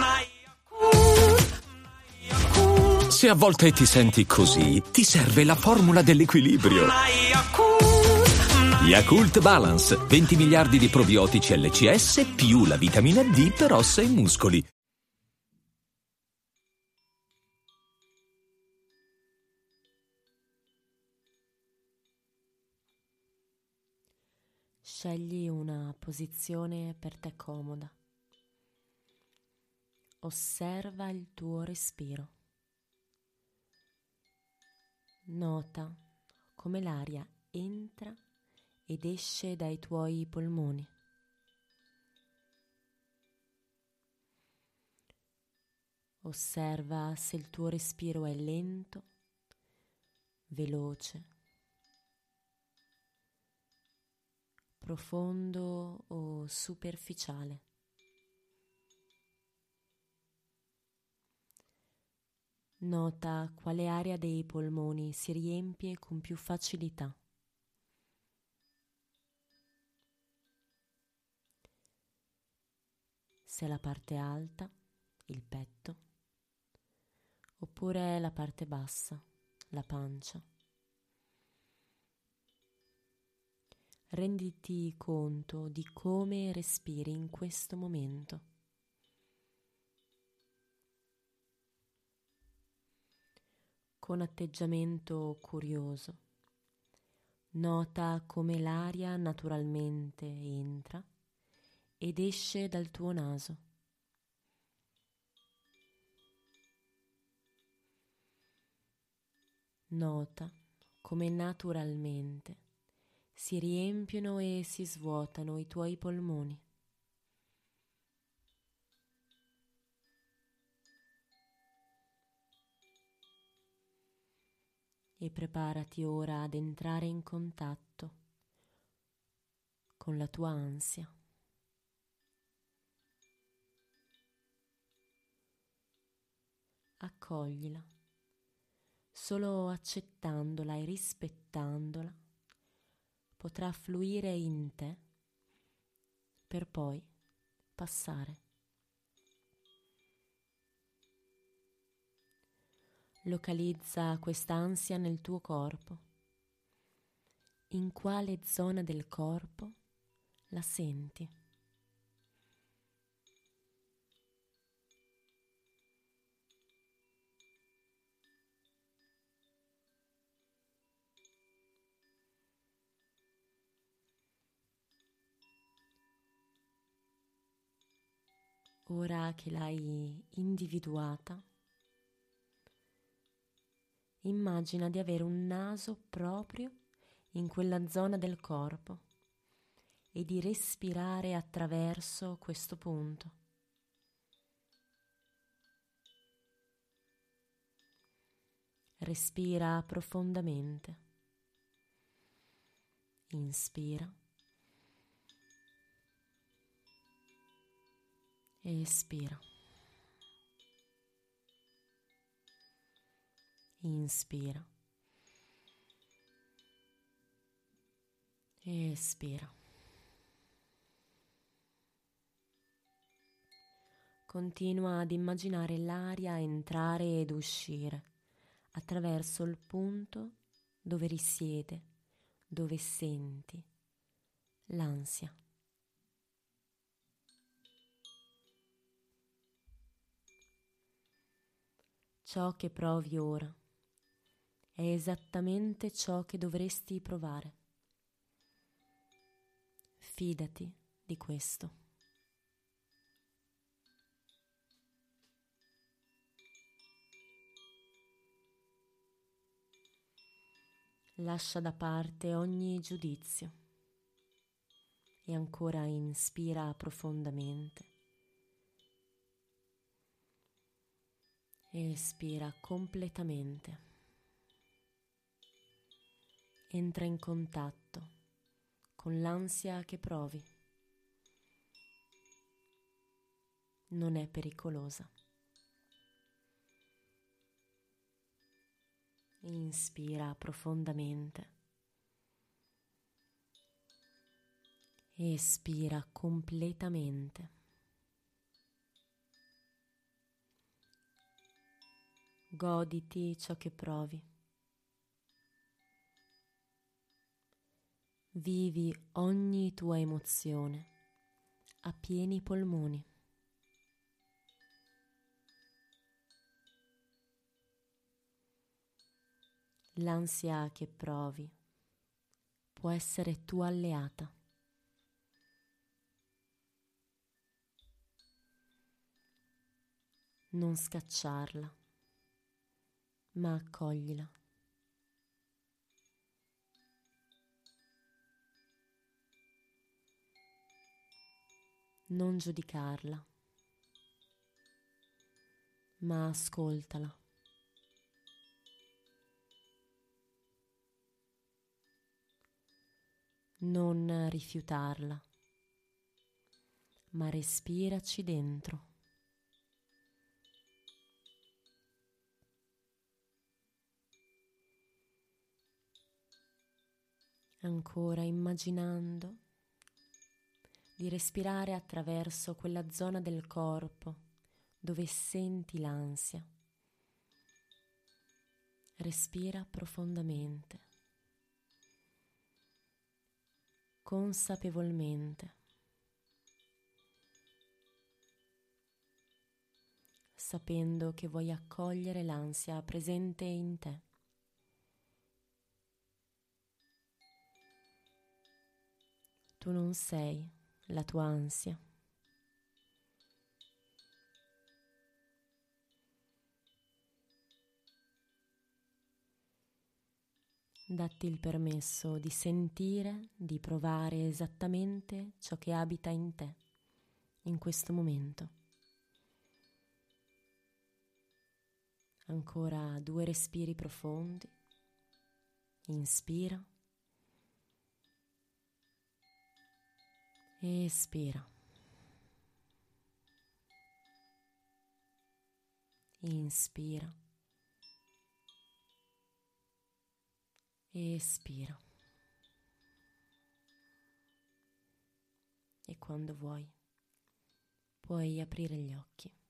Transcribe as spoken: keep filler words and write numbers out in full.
Se a volte ti senti così, ti serve la formula dell'equilibrio. Yakult Balance, venti miliardi di probiotici L C S più la vitamina D per ossa e muscoli. Scegli una posizione per te comoda. Osserva il tuo respiro. Nota come l'aria entra ed esce dai tuoi polmoni. Osserva se il tuo respiro è lento, veloce, profondo o superficiale. Nota quale area dei polmoni si riempie con più facilità. Se è la parte alta, il petto, oppure la parte bassa, la pancia. Renditi conto di come respiri in questo momento. Con atteggiamento curioso, nota come l'aria naturalmente entra ed esce dal tuo naso. Nota come naturalmente si riempiono e si svuotano i tuoi polmoni. E preparati ora ad entrare in contatto con la tua ansia. Accoglila, solo accettandola e rispettandola potrà fluire in te per poi passare. Localizza quest'ansia nel tuo corpo. In quale zona del corpo la senti? Ora che l'hai individuata, immagina di avere un naso proprio in quella zona del corpo e di respirare attraverso questo punto. Respira profondamente. Inspira. Espira. Inspira. Espira. Continua ad immaginare l'aria entrare ed uscire attraverso il punto dove risiede, dove senti l'ansia. Ciò che provi ora è esattamente ciò che dovresti provare. Fidati di questo. Lascia da parte ogni giudizio e ancora inspira profondamente. Espira completamente. Entra in contatto con l'ansia che provi. Non è pericolosa. Inspira profondamente. Espira completamente. Goditi ciò che provi. Vivi ogni tua emozione a pieni polmoni. L'ansia che provi può essere tua alleata. Non scacciarla, ma accoglila. Non giudicarla, ma ascoltala. Non rifiutarla, ma respiraci dentro. Ancora immaginando di respirare attraverso quella zona del corpo dove senti l'ansia. Respira profondamente, consapevolmente, sapendo che vuoi accogliere l'ansia presente in te. Tu non sei la tua ansia. Datti il permesso di sentire, di provare esattamente ciò che abita in te, in questo momento. Ancora due respiri profondi. Inspira. Espira. Inspira. Espira. E quando vuoi, puoi aprire gli occhi.